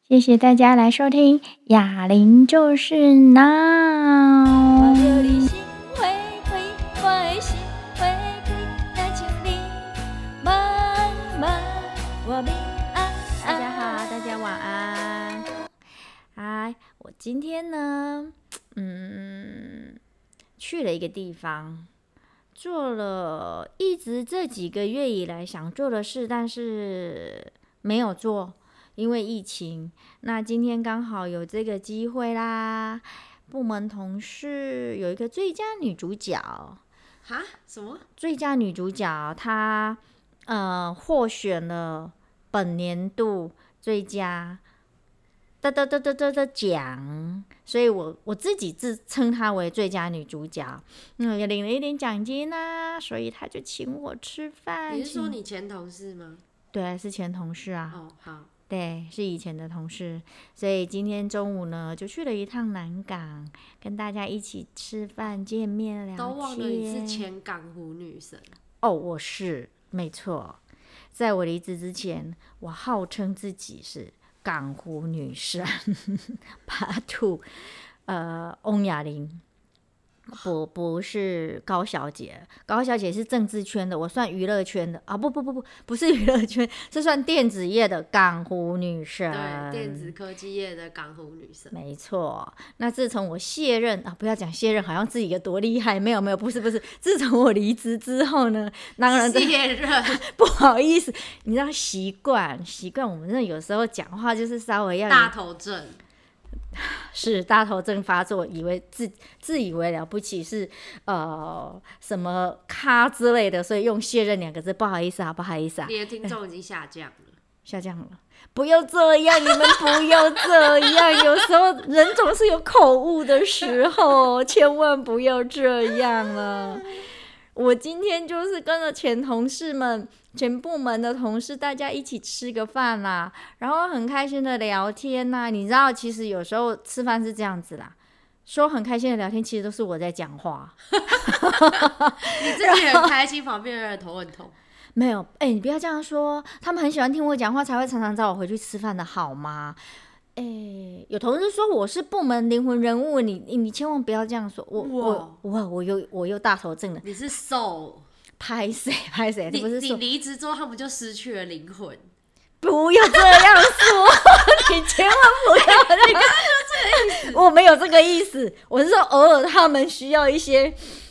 谢谢大家来收听哑铃就是闹。 我有你心花开，我的心花开，那像你慢慢我平安。 大家好，大家晚安。嗨，我今天呢，去了一个地方，做了一直这几个月以来想做的事，但是没有做，因为疫情。那今天刚好有这个机会啦，部门同事有一个最佳女主角。 哈？什么？ 最佳女主角她获选了本年度最佳的奖，所以我自己自称她为最佳女主角，也领了一点奖金啊，所以她就请我吃饭。 你是说你前同事吗？ 对，是前同事啊。 哦，好。 对，是以前的同事，所以今天中午呢，就去了一趟南港，跟大家一起吃饭、见面、聊天。 都忘了你是前港湖女神哦，我是没错。在我离职之前，我号称自己是港湖女神，Part Two，翁雅玲。不是高小姐，高小姐是政治圈的，我算娱乐圈的啊！不是娱乐圈，是算电子业的港湖女神。 对，电子科技业的港湖女神。 没错。那自从我卸任啊，不要讲卸任，好像自己有多厉害，没有，不是。自从我离职之后呢，当然卸任不好意思，你知道习惯，我们那有时候讲话就是稍微要大头症。 是大头症发作，以为自以为了不起，是什么咖之类的，所以用卸任2个字，不好意思啊。 你的听众已经下降了。 不要这样，你们不要这样，有时候人总是有口误的时候，千万不要这样了。我今天就是跟着前部门的同事，大家一起吃个饭啦，然后很开心的聊天啦。你知道，其实有时候吃饭是这样子啦，说很开心的聊天，其实都是我在讲话。 你自己很开心，旁边的人头很痛。 没有，你不要这样说，他们很喜欢听我讲话，才会常常找我回去吃饭的好吗？有同事说我是部门灵魂人物，你千万不要这样说。我又大头症了。 你是soul。 拍谁？不是你离职之后，他们就失去了灵魂。 不要这样说，你千万不要。 你刚刚就这个意思。 我没有这个意思，我是说偶尔他们需要一些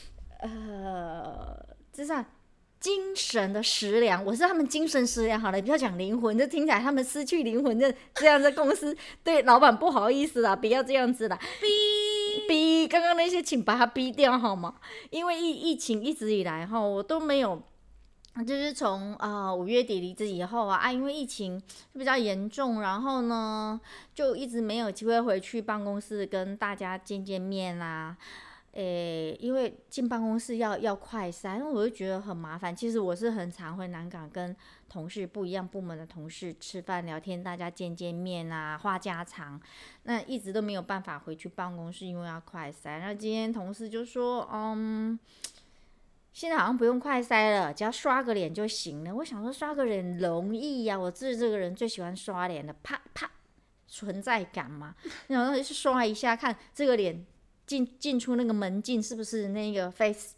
至少精神的食粮，我是他们精神食粮好了，不要讲灵魂，这听起来他们失去灵魂，这样的公司对老板不好意思啦，不要这样子啦。逼，刚刚那些请把它逼掉好吗？因为疫情一直以来我都没有，就是从5月底离职以后因为疫情比较严重，然后呢就一直没有机会回去办公室跟大家见见面啦。因为进办公室要快筛，我就觉得很麻烦。其实我是很常回南港跟同事不一样部门的同事吃饭聊天，大家见见面啊，话家常。那一直都没有办法回去办公室，因为要快筛。那今天同事就说，现在好像不用快筛了，只要刷个脸就行了。我想说刷个脸容易呀，我自己这个人最喜欢刷脸的，啪啪存在感嘛。然后就刷一下，看这个脸进出那个门禁是不是那个 Face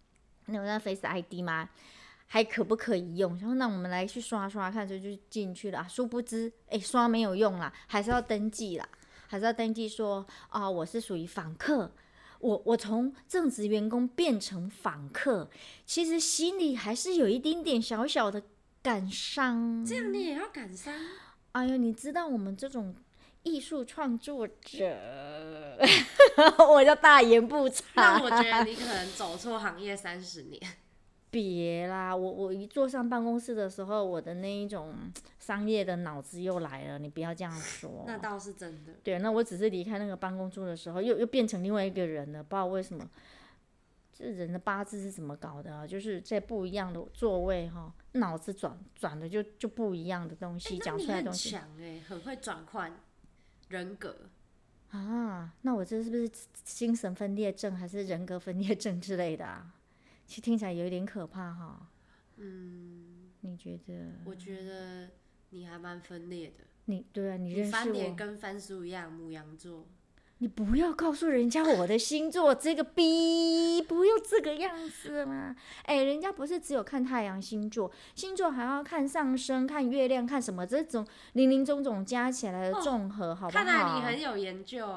ID 吗？还可不可以用？然后那我们来去刷看，就进去了。殊不知，刷没有用啦，还是要登记啦，还是要登记说我是属于访客。我从正职员工变成访客，其实心里还是有一丁点小小的感伤。 这样你也要感伤？ 哎呀，你知道我们这种艺术创作者，我就大言不惭。 那我觉得你可能走错行业30年。 别啦，我一坐上办公室的时候，我的那一种商业的脑子又来了，你不要这样说。 那倒是真的。 对，那我只是离开那个办公桌的时候，又变成另外一个人了，不知道为什么。这人的八字是怎么搞的就是在不一样的座位脑子转的就不一样的东西，讲出来的东西。 那你很强很会转换人格那我这是不是精神分裂症还是人格分裂症之类的其实听起来有一点可怕你觉得？ 我觉得你还蛮分裂的。 对啊，你认识翻脸我， 跟番薯一样，牡羊座。 你不要告诉人家我的星座，这个逼不要这个样子嘛。人家不是只有看太阳星座，星座还要看上升、看月亮、看什么这种零零总总加起来的综合，好不好？ 看来你很有研究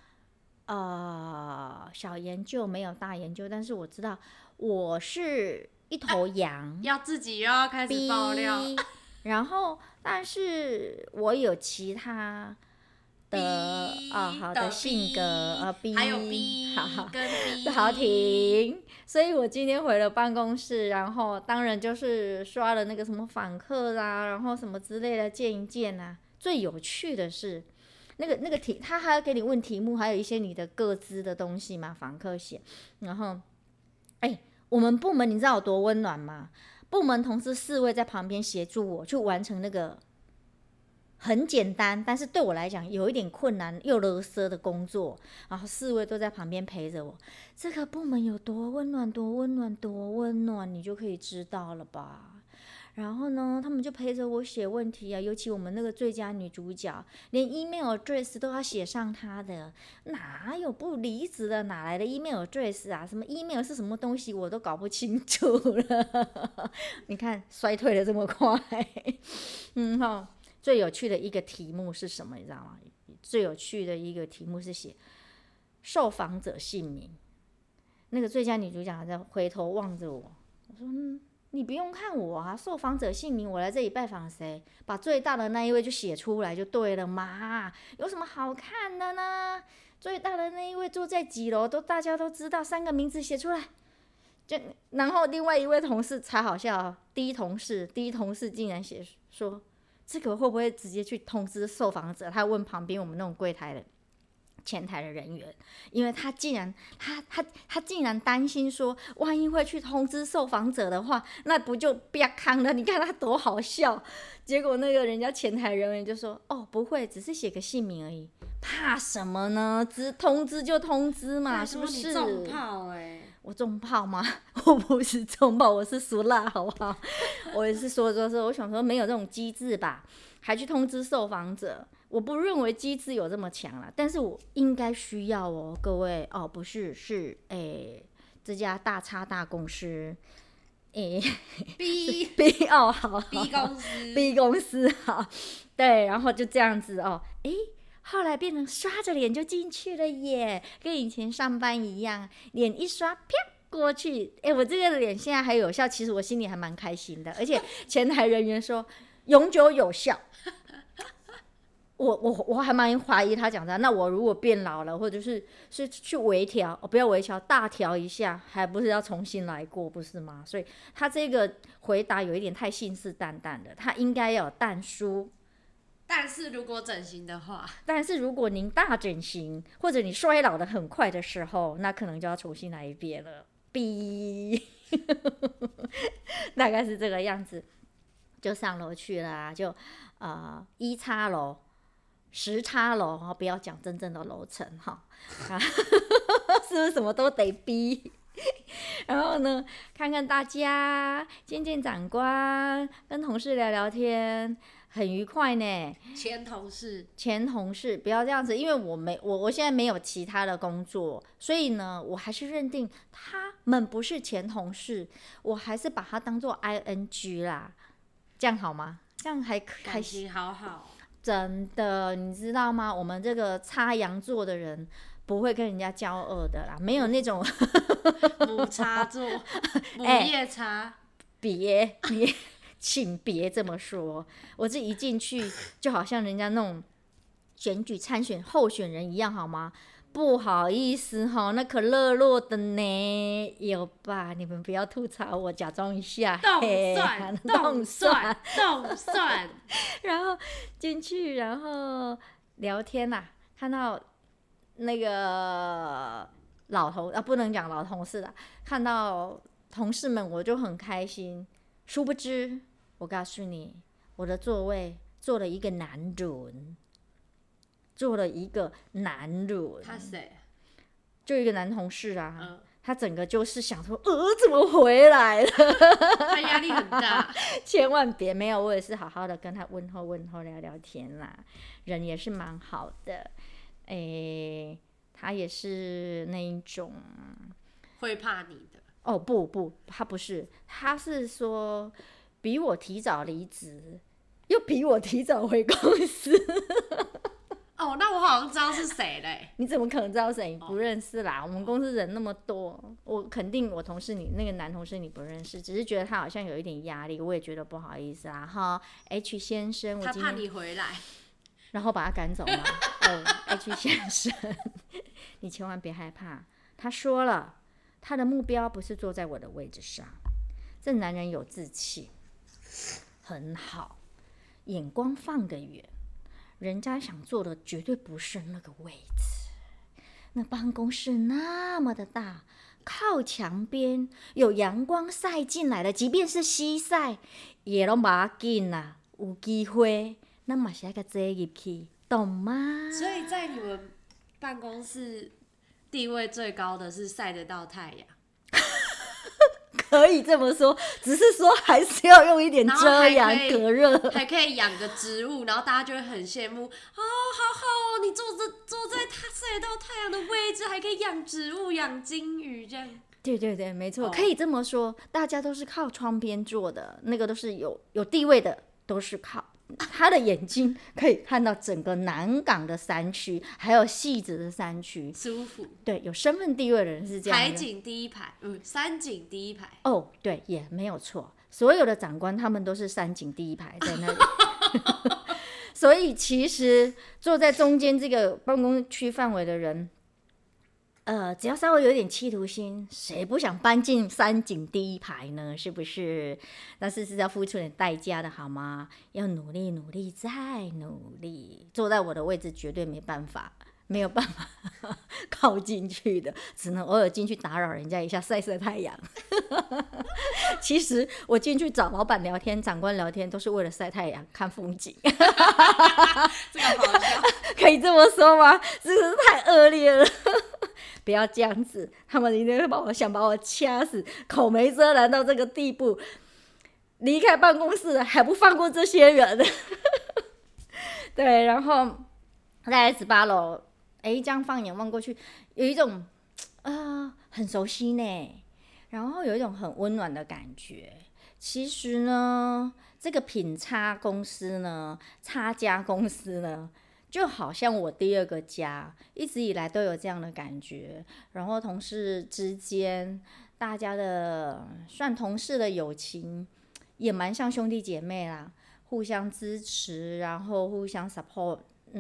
哦。小研究没有大研究，但是我知道我是一头羊， 要自己又要开始爆料。 然后，但是我有其他的好的性格还有 B 跟 B 好停。所以我今天回了办公室，然后当然就是刷了那个什么访客啦，然后什么之类的见一见啊。最有趣的是，那个题，他还要给你问题目，还有一些你的个资的东西嘛，访客写。然后，我们部门你知道有多温暖吗？部门同事4位在旁边协助我去完成那个很简单，但是对我来讲有一点困难又勒瑟的工作，然后4位都在旁边陪着我。这个部门有多温暖，多温暖，多温暖，你就可以知道了吧。然后呢，他们就陪着我写问题啊，尤其我们那个最佳女主角，连 email address 都要写上她的，哪有不离职的？哪来的 email address 啊？什么 email 是什么东西，我都搞不清楚了。你看，衰退的这么快。最有趣的一个题目是什么？你知道吗？最有趣的一个题目是写受访者姓名。那个最佳女主角在回头望着我，我说你不用看我啊，受访者姓名，我来这里拜访谁，把最大的那一位就写出来就对了嘛，有什么好看的呢？最大的那一位住在几楼，大家都知道，3个名字写出来。然后另外一位同事才好笑，第一同事竟然写说，这个会不会直接去通知受访者？他问旁边我们那种柜台的前台的人员，因为他竟然担心说，万一会去通知受访者的话，那不就别康了？你看他多好笑。结果那个人家前台人员就说，不会，只是写个姓名而已，怕什么呢？通知就通知嘛，是不是？ 你重炮我重炮吗？我不是重炮，我是属辣，好不好？我也是说，我想说没有这种机制吧，还去通知受访者。我不认为机制有这么强啦，但是我应该需要哦，各位不是这家大叉大公司 B 好 B 公司好，对，然后就这样子后来变成刷着脸就进去了耶，跟以前上班一样，脸一刷啪过去，我这个脸现在还有效，其实我心里还蛮开心的，而且前台人员说永久有效。我还蛮怀疑他讲的，那我如果变老了，或者是去微调，不要微调，大调一下，还不是要重新来过，不是吗？所以他这个回答有一点太信誓旦旦的，他应该要有但书。 但是如果整形的话， 但是如果您大整形，或者你衰老的很快的时候，那可能就要重新来一遍了。大概是这个样子，就上楼去了啊，就1叉楼。10叉楼，不要讲真正的楼层哈，是不是什么都得逼？然后呢，看看大家，见见长官，跟同事聊聊天，很愉快呢。 前同事， 不要这样子，因为我现在没有其他的工作，所以呢，我还是认定他们不是前同事，我还是把它当做 ING 啦，这样好吗？这样还感情好好。 真的，你知道吗？我们这个插羊座的人不会跟人家交恶的啦，没有那种母叉座、母夜叉， 请别这么说。我这一进去就好像人家那种选举参选候选人一样，好吗？不好意思哈，那可热络的呢，有吧？你们不要吐槽我，假装一下。 动算。 然后进去，然后聊天啦，看到那个不能讲老同事啦，看到同事们我就很开心。殊不知，我告诉你，我的座位坐了一个男人。他谁？就一个男同事啊， 他整个就是想说，怎么回来了？ 他压力很大。 千万别，没有，我也是好好的跟他问候聊聊天啦，人也是蛮好的。他也是那一种会怕你的。 哦，不，他不是，他是说比我提早离职，又比我提早回公司。 哦，那我好像知道是谁嘞。 你怎么可能知道谁？你不认识啦。我们公司人那么多，我肯定我同事你那个男同事你不认识，只是觉得他好像有一点压力，我也觉得不好意思啦。哈 ，H 先生，我今天他怕你回来， 然后把他赶走嘛。H 先生，你千万别害怕。他说了，他的目标不是坐在我的位置上。这男人有志气，很好，眼光放得远。人家想做的绝对不是那个位置，那办公室那么的大，靠墙边，有阳光晒进来的，即便是西晒，也都不要紧啦。有机会，咱嘛是要个坐入去，懂吗？ 所以在你们办公室地位最高的是晒得到太阳。 可以这么说，只是说还是要用一点遮阳隔热， 还可以养个植物，然后大家就会很羡慕。哦，好好哦，你坐在它晒到太阳的位置，还可以养植物、养金鱼这样。 对，没错，可以这么说。大家都是靠窗边坐的，那个都是有地位的，都是靠他的眼睛可以看到整个南港的山区，还有汐止的山区， 舒服。 对，有身份地位的人是这样的。 海景第一排，山景第一排。 哦，对，也没有错。所有的长官他们都是山景第一排在那里，所以其实坐在中间这个办公区范围的人，只要稍微有点企图心，谁不想搬进山景第一排呢？是不是？但是是要付出点代价的，好吗？要努力，努力，再努力。坐在我的位置绝对没办法，没有办法靠进去的，只能偶尔进去打扰人家一下，晒晒太阳。其实我进去找老板聊天、长官聊天，都是为了晒太阳、看风景。 这个好笑， 可以这么说吗？真的是太恶劣了。不要这样子，他们一定会想把我掐死，口没遮拦到这个地步，离开办公室了还不放过这些人。对，然后在18楼，这样放眼望过去，有一种很熟悉呢，然后有一种很温暖的感觉。其实呢，这个品差公司呢，差家公司呢，就好像我第二个家，一直以来都有这样的感觉。然后同事之间，大家的算同事的友情，也蛮像兄弟姐妹啦，互相支持，然后互相 support。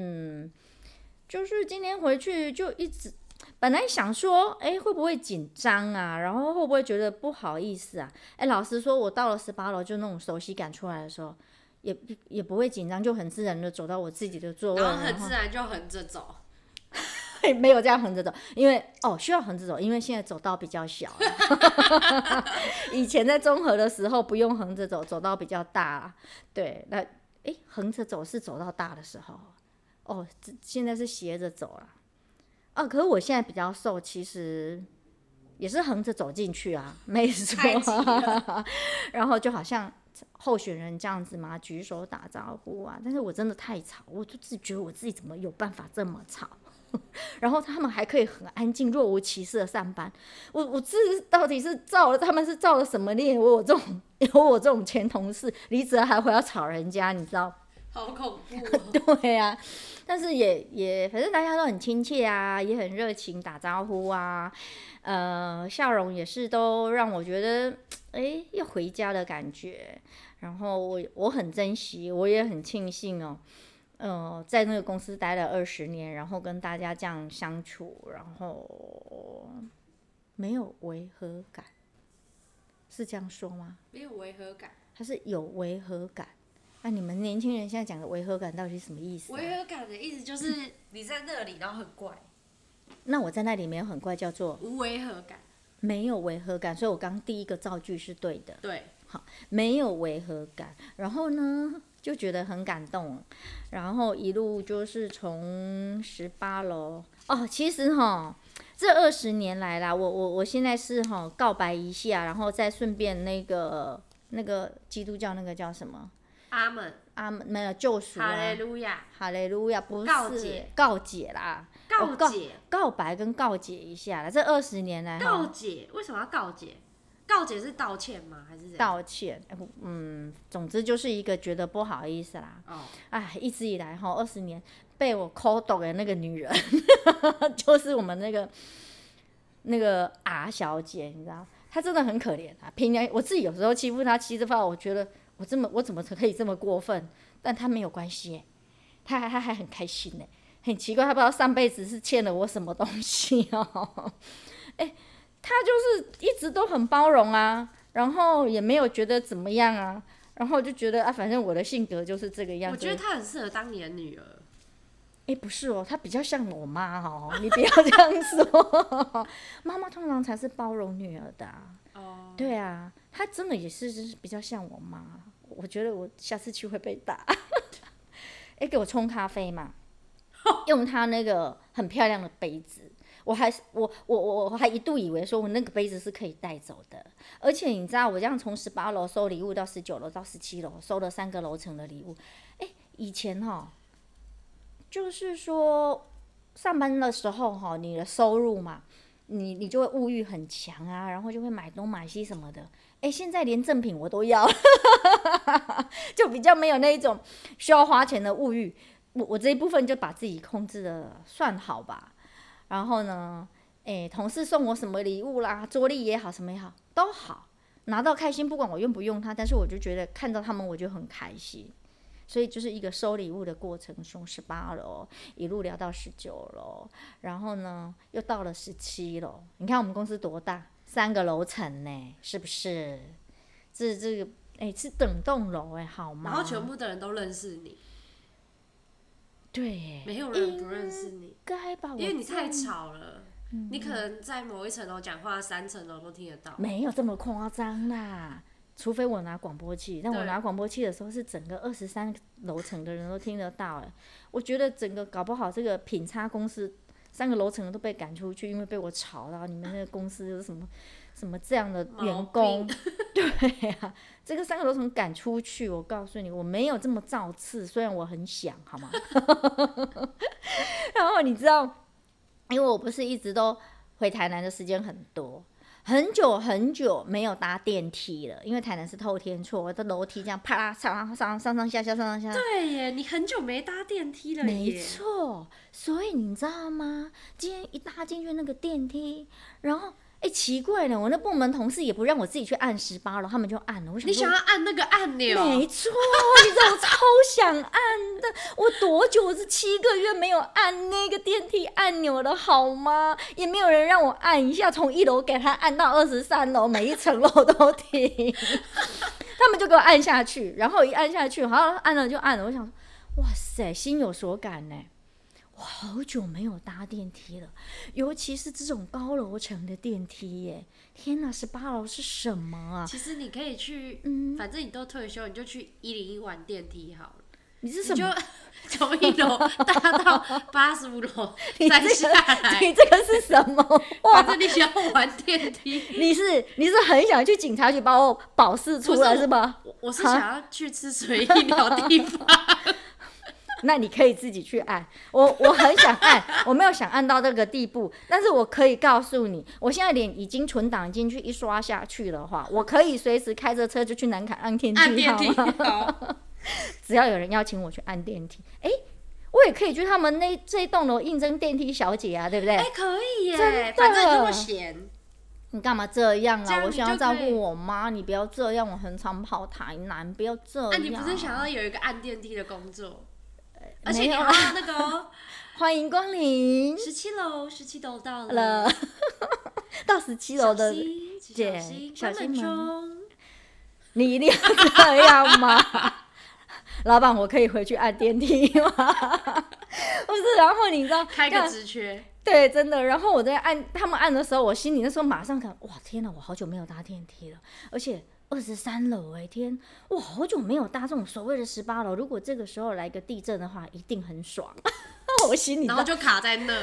就是今天回去就一直，本来想说，会不会紧张啊？然后会不会觉得不好意思啊？老实说，我到了18楼，就那种熟悉感出来的时候。也不会紧张，就很自然的走到我自己的座位， 然后很自然就横着走。 没有这样横着走，因为需要横着走，因为现在走道比较小了。以前在中和的时候不用横着走，走道比较大。对，那横着走是走到大的时候，现在是斜着走了。可是我现在比较瘦，其实也是横着走进去啊，没错。然后就好像候选人这样子嘛，举手打招呼啊，但是我真的太吵，我就自己觉得我自己怎么有办法这么吵。然后他们还可以很安静若无其事的上班，我这到底是他们是造了什么孽？我这种前同事离职还会要吵人家，你知道？ 好恐怖。 对啊，但是也反正大家都很亲切啊，也很热情打招呼啊，笑容也是都让我觉得要回家的感觉。然后我很珍惜，我也很庆幸在那个公司待了20年，然后跟大家这样相处，然后没有违和感，是这样说吗？ 没有违和感， 还是有违和感？那你们年轻人现在讲的违和感到底是什么意思？ 违和感的意思就是你在那里，然后很怪。 那我在那里没有很怪，叫做无违和感， 没有违和感。所以我刚第一个造句是对的。 对， 好，没有违和感。然后呢，就觉得很感动，然后一路就是从18楼其实这20年来啦，我现在是告白一下，然后再顺便那个基督教那个叫什么？ 阿门， 没有救赎啊， 哈利路亚， 哈利路亚，不是告解啦，告白跟告解一下啦。这20年来， 告解为什么要告解？告解是道歉吗？还是怎样？ 道歉，总之就是一个觉得不好意思啦。哎，一直以来20年被我抠懂的那个女人，就是我们那个 R 小姐，你知道，她真的很可怜啊。平常我自己有时候欺负她，我觉得我怎么可以这么过分？但她没有关系耶，她还很开心呢。很奇怪，她不知道上辈子是欠了我什么东西哦。他就是一直都很包容啊，然后也没有觉得怎么样啊，然后就觉得反正我的性格就是这个样子。 我觉得他很适合当你的女儿。 不是哦，他比较像我妈哦，你不要这样说。妈妈通常才是包容女儿的啊。对啊，他真的也是就是比较像我妈。我觉得我下次去会被打。给我冲咖啡嘛，用他那个很漂亮的杯子。我还一度以为说我那个杯子是可以带走的，而且你知道我这样从18楼收礼物到19楼到17楼，收了3个楼层的礼物。以前就是说上班的时候你的收入嘛，你就会物欲很强啊，然后就会买东买西什么的。现在连赠品我都要，就比较没有那一种需要花钱的物欲。我这一部分就把自己控制的算好吧。然后呢，同事送我什么礼物啦，桌历也好，什么也好，都好，拿到开心，不管我用不用它，但是我就觉得看到他们我就很开心，所以就是一个收礼物的过程，从18楼一路聊到19楼，然后呢又到了17楼，你看我们公司多大，3个楼层呢，是不是？这个是整栋楼好吗？ 然后全部的人都认识你。 对， 没有人不认识你， 该吧？ 因为你太吵了，你可能在某一层楼讲话，3层楼都听得到。 没有这么夸张啦，除非我拿广播器。但我拿广播器的时候，是整个23楼层的人都听得到。我觉得整个搞不好这个品差公司3个楼层都被赶出去，因为被我吵到。你们那个公司有什么这样的员工？对啊，这个3个楼层赶出去，我告诉你，我没有这么造次，虽然我很想，好吗？然后你知道，因为我不是一直都回台南的时间很多，很久很久没有搭电梯了，因为台南是透天厝，我的楼梯这样啪啦上下上下。 对耶，你很久没搭电梯了耶。 没错，所以你知道吗？今天一搭进去那个电梯，然后奇怪了，我那部门同事也不让我自己去按18楼，他们就按了。 你想要按那个按钮？ 没错，你知道我超想按的。我多久？我是7个月没有按那个电梯按钮了，好吗？也没有人让我按一下，从1楼给他按到23楼，每一层楼都停。他们就给我按下去，然后一按下去，好，按了就按了。我想说，哇塞，心有所感呢。我好久没有搭电梯了，尤其是这种高楼层的电梯耶！天哪，18楼是什么啊？ 其实你可以去，反正你都退休，你就去101玩电梯好了。 你是什么？ 你就从1楼搭到85楼，再下来。 你这个是什么？ 反正你想要玩电梯。 你是很想去警察局把我保释出来是吗？ 我是想要去吃水医疗地方。 那你可以自己去按，我很想按，我没有想按到这个地步，但是我可以告诉你，我现在连已经存档进去一刷下去的话，我可以随时开着车就去南崁按电梯，好吗？只要有人邀请我去按电梯，我也可以去他们这一栋楼应征电梯小姐啊，对不对？ 可以耶，反正你那么闲。 你干嘛这样啊？ 样我想要照顾我妈，你不要这样，我很常跑台南，不要这样。 你不是想要有一个按电梯的工作？而且你还有那个欢迎光临 17楼到了，到17楼的姐， 小心门，你一定要这样吗？老板，我可以回去按电梯吗？不是，然后你知道开个职缺， 对，真的。然后我在他们按的时候，我心里那时候马上看，哇，天哪，我好久没有搭电梯了，而且23楼天，哇，好久没有搭这种所谓的18楼。如果这个时候来个地震的话，一定很爽。我心里然后就卡在那。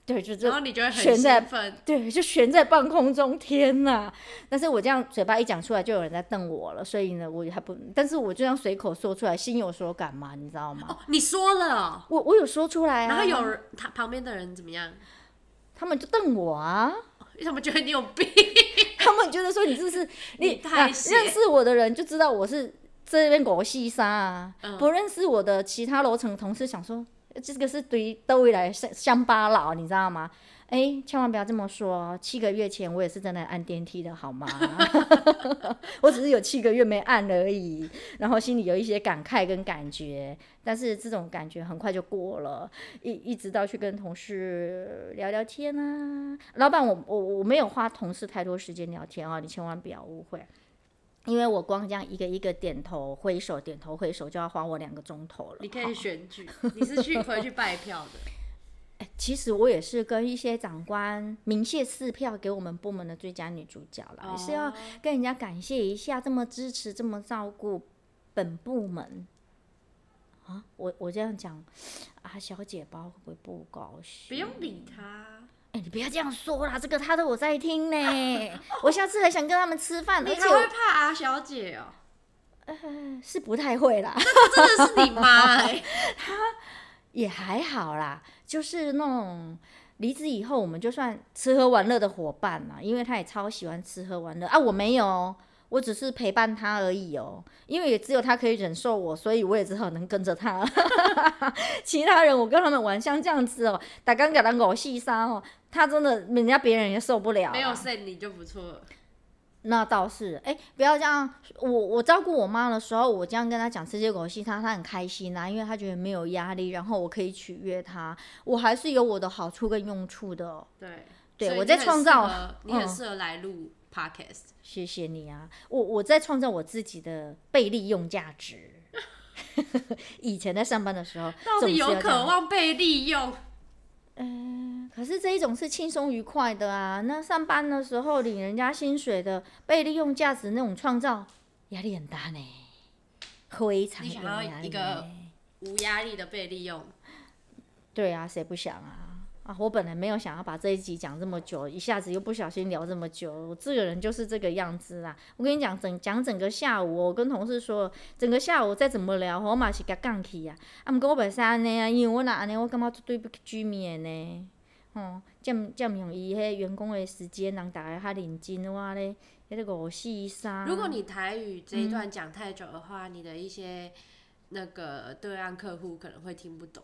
对，就然后你就会很悬在兴奋， 对，就悬在半空中，天哪！但是我这样嘴巴一讲出来，就有人在瞪我了，所以呢，我还不，但是我就这样随口说出来，心有所感嘛，你知道吗？ 哦，你说了哦， 我有说出来啊， 然后有人他旁边的人怎么样？ 他们就瞪我啊， 他们觉得你有病， 他们觉得说你这是你太邪认识我的人就知道我是这边狗细沙啊，不认识我的其他楼层同事想说这个是对都会来乡巴佬，你知道吗？哎，千万不要这么说，7个月前我也是真的按电梯的好吗？我只是有7个月没按而已，然后心里有一些感慨跟感觉，但是这种感觉很快就过了，一直到去跟同事聊聊天啊。老板，我没有花同事太多时间聊天啊，你千万不要误会。因为我光这样一个一个点头挥手就要花我2个钟头了。 你可以选举，你是回去拜票的。 其实我也是跟一些长官明谢4票给我们部门的最佳女主角啦，也是要跟人家感谢一下，这么支持，这么照顾本部门。啊，我这样讲啊，小姐包会不会不高兴？ 不用理他。 你不要这样说啦，这个他都有在听呢。我下次还想跟他们吃饭， 你还会怕啊，小姐哦？ 是不太会啦。 真的是你妈她也还好啦，就是那种离职以后，我们就算吃喝玩乐的伙伴啦，因为他也超喜欢吃喝玩乐啊，我没有，我只是陪伴他而已哦。因为也只有他可以忍受我，所以我也只好能跟着他。其他人我跟他们玩像这样子哦，打刚给他狗细沙哦，他真的人家别人也受不了。 没有剩你就不错了。 那倒是，不要这样。我照顾我妈的时候，我这样跟她讲吃些狗戏，她很开心啊，因为她觉得没有压力，然后我可以取悦她，我还是有我的好处跟用处的哦。对，我在创造， 你很适合来录 podcast。 谢谢你啊，我在创造我自己的被利用价值。以前在上班的时候， 到底有渴望被利用？ 可是这一种是轻松愉快的啊，那上班的时候领人家薪水的被利用价值那种创造，压力很大呢，非常有压力。 你想要一个无压力的被利用？ 对啊，谁不想啊？我本来没有想要把这一集讲这么久，一下子又不小心聊这么久，我这个人就是这个样子啦。我跟你讲，整个下午，我跟同事说，整个下午再怎么聊，我嘛是甲讲去啊。不过我袂使安尼啊，因为我若安尼，我感觉绝对不居面的呢。占用伊迄员工的时间，人大家较认真，我咧迄个543。 如果你台语这一段讲太久的话，你的一些那个对岸客户可能会听不懂。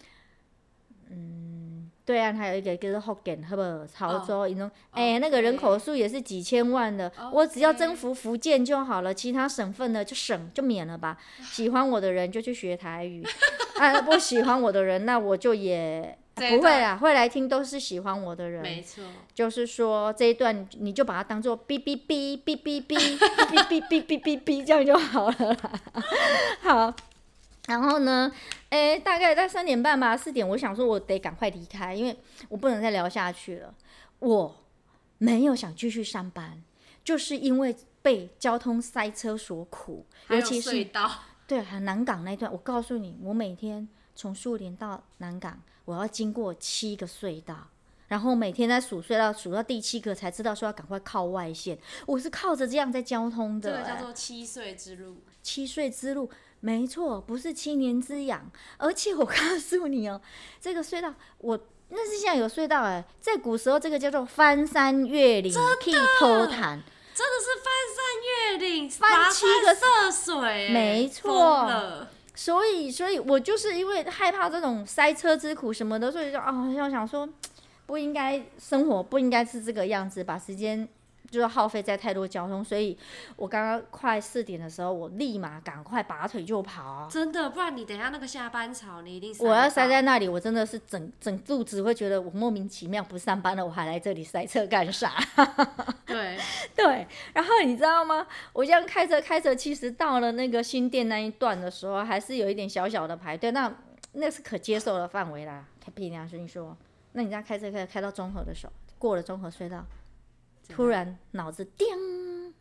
对岸还有一个叫做福建，好不好？潮州，那个人口数也是几千万的，我只要征服福建就好了，其他省份的就免了吧。喜欢我的人就去学台语，不喜欢我的人，那我就也不会啦，会来听都是喜欢我的人。 没错， 就是说这一段你就把它当做哔哔哔哔哔哔哔哔哔哔哔哔这样就好了啦。好。然后呢，大概在3点半吧，4点，我想说我得赶快离开，因为我不能再聊下去了。我没有想继续上班，就是因为被交通塞车所苦，尤其是隧道。 对，南港那段，我告诉你，我每天从树林到南港，我要经过7个隧道，然后每天在数隧道，数到第7个才知道说要赶快靠外线。我是靠着这样在交通的。 这个叫做7岁之路。 7岁之路。没错，不是7年之痒，而且我告诉你哦，这个隧道那是现在有隧道在古时候这个叫做翻山越岭，可以偷谈， 真的是翻山越岭， 翻7个涉水， 没错。所以我就是因为害怕这种塞车之苦什么的，所以就想说，不应该生活不应该是这个样子，把时间。就是耗费在太多交通，所以我刚刚快4点的时候，我立马赶快拔腿就跑。 真的，不然你等一下那个下班潮，你一定我要塞在那里，我真的是整肚子会觉得我莫名其妙，不上班了，我还来这里塞车干啥？对，然后你知道吗？我这样开着，其实到了那个新店那一段的时候，还是有一点小小的排队，那是可接受的范围啦。凭良心说，那你这样开车开到中和的时候，过了中和隧道。突然脑子叮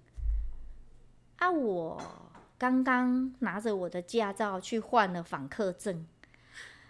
我刚刚拿着我的驾照去换了访客证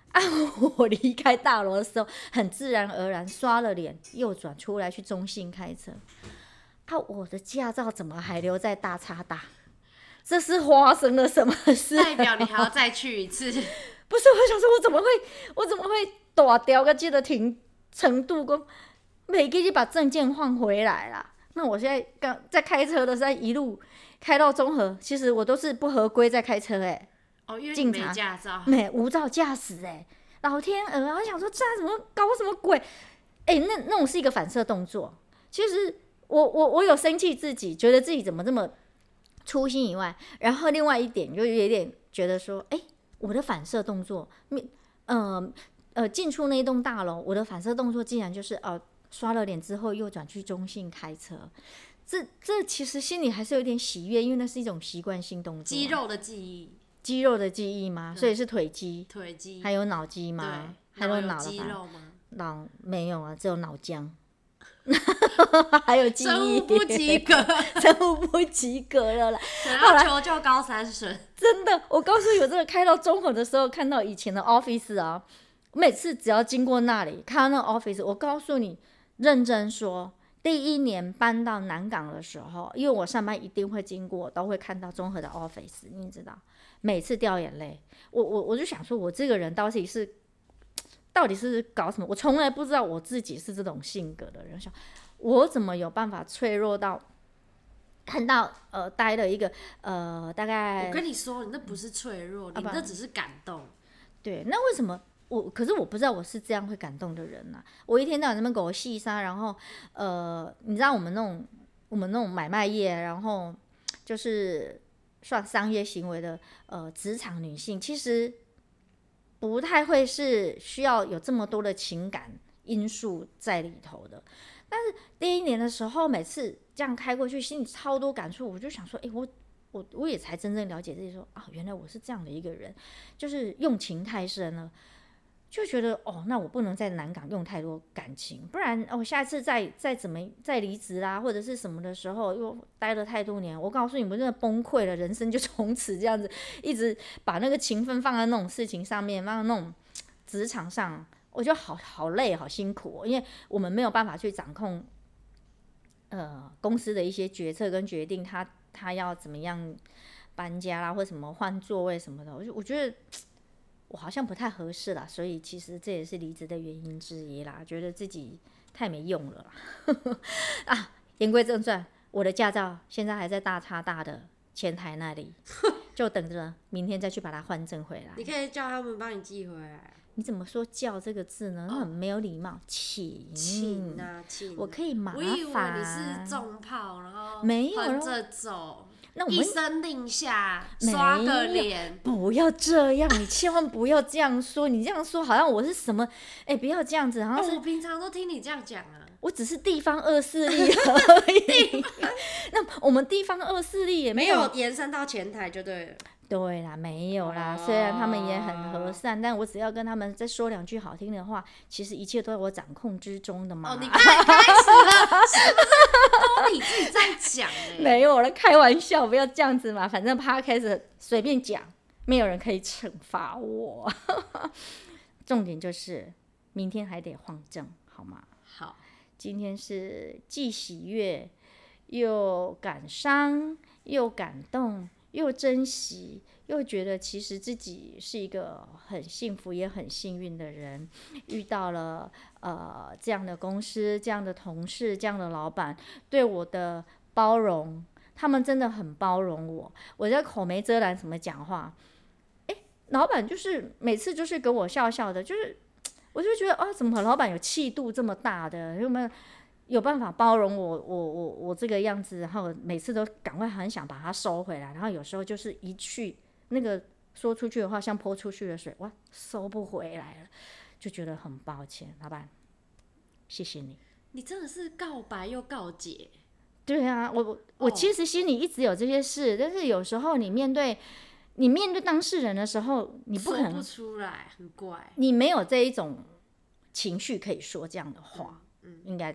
我离开大楼的时候，很自然而然刷了脸，右转出来去中信开车。我的驾照怎么还留在大叉大？这是发生了什么事？ 代表你还要再去一次。 不是，我想说，我怎么会大条个这个程度讲，没给你把证件换回来啦？那我现在刚在开车的时候，一路开到中和，其实我都是不合规在开车因为你没驾照， 没无照驾驶老天鹅我想说这怎么搞什么鬼？那种是一个反射动作。其实我有生气自己，觉得自己怎么这么粗心以外，然后另外一点就有点觉得说，我的反射动作，进出那一栋大楼，我的反射动作竟然就是刷了脸之后右转去中信开车。这其实心里还是有点喜悦，因为那是一种习惯性动作， 肌肉的记忆。 肌肉的记忆吗？所以是腿肌，还有脑肌吗？还有脑肌肉吗？ 脑没有啊，只有脑浆。还有记忆， 生物不及格， 生物不及格了啦。 要求就高3审。 真的，我告诉你，我真的开到中和的时候，看到以前的 office 啊，每次只要经过那里，看到那个 office， 我告诉你，认真说，第一年搬到南港的时候，因为我上班一定会经过，都会看到中和的 office， 你知道，每次掉眼泪。我就想说，我这个人到底是搞什么？我从来不知道我自己是这种性格的人，想我怎么有办法脆弱到看到待了一个大概。 我跟你说，你那不是脆弱，你那只是感动。 对，那为什么可是我不知道我是这样会感动的人啊！我一天到晚在那边狗戏杀，然后你知道我们那种买卖业，然后就是算商业行为的职场女性，其实不太会是需要有这么多的情感因素在里头的。但是第一年的时候，每次这样开过去，心里超多感触，我就想说，我也才真正了解自己说，原来我是这样的一个人，就是用情太深了，就觉得那我不能在南港用太多感情，不然下次再离职啦或者是什么的时候，又待了太多年，我告诉你们真的崩溃了，人生就从此这样子，一直把那个情分放在那种事情上面，放在那种职场上，我觉得好累好辛苦因为我们没有办法去掌控公司的一些决策跟决定，他要怎么样搬家啦或什么换座位什么的，我觉得我好像不太合适啦，所以其实这也是离职的原因之一啦，觉得自己太没用了啦言归正传，我的驾照现在还在大叉大的前台那里就等着明天再去把它换证回来。 你可以叫他们帮你寄回来。 你怎么说叫这个字呢？很没有礼貌。请我可以麻烦。 我以为你是重炮，然后没有横着走， 那我们一声令下，刷个脸。 不要这样，你千万不要这样说。你这样说好像我是什么？不要这样子，好像是。 我平常都听你这样讲啊。 我只是地方恶势力而已。那我们地方恶势力也没有延伸到前台就对了。 对啦，没有啦。虽然他们也很和善，但我只要跟他们再说两句好听的话，其实一切都在我掌控之中的嘛。 你开始了，是不是都你自己在讲没有了，开玩笑，不要这样子嘛。反正 Podcast 随便讲，没有人可以惩罚我。重点就是明天还得换证，好吗？ 好。 今天是既喜悦又感伤又感动又珍惜，又觉得其实自己是一个很幸福也很幸运的人，遇到了这样的公司、这样的同事、这样的老板对我的包容，他们真的很包容我。我在口没遮拦什么讲话，老板就是每次就是给我笑笑的，就是我就觉得怎么老板有气度这么大的，有办法包容我这个样子，然后每次都赶快很想把它收回来，然后有时候就是一去那个说出去的话像泼出去的水，哇，收不回来了，就觉得很抱歉，老板，谢谢你。 你真的是告白又告解。 对啊，我其实心里一直有这些事，但是有时候你面对当事人的时候，你不可能说不出来，很怪。 你没有这一种情绪可以说这样的话，应该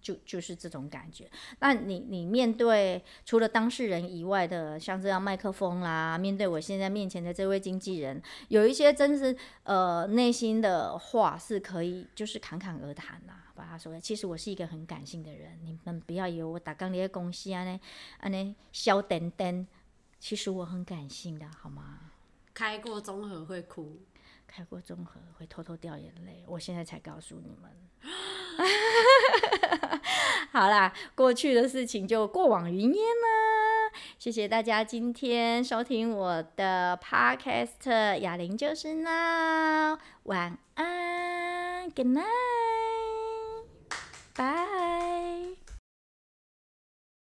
就是这种感觉。那你面对除了当事人以外的，像这样麦克风啦，面对我现在面前的这位经纪人，有一些真是内心的话是可以就是侃侃而谈啦，把他说，其实我是一个很感性的人，你们不要以为我打刚在公司安尼笑点点，其实我很感性的，好吗？ 开过综合会哭， 开过综合会偷偷掉眼泪，我现在才告诉你们。好啦，过去的事情就过往云烟啦。谢谢大家今天收听我的 podcast， 哑铃就是闹，晚安 ，Good night，拜。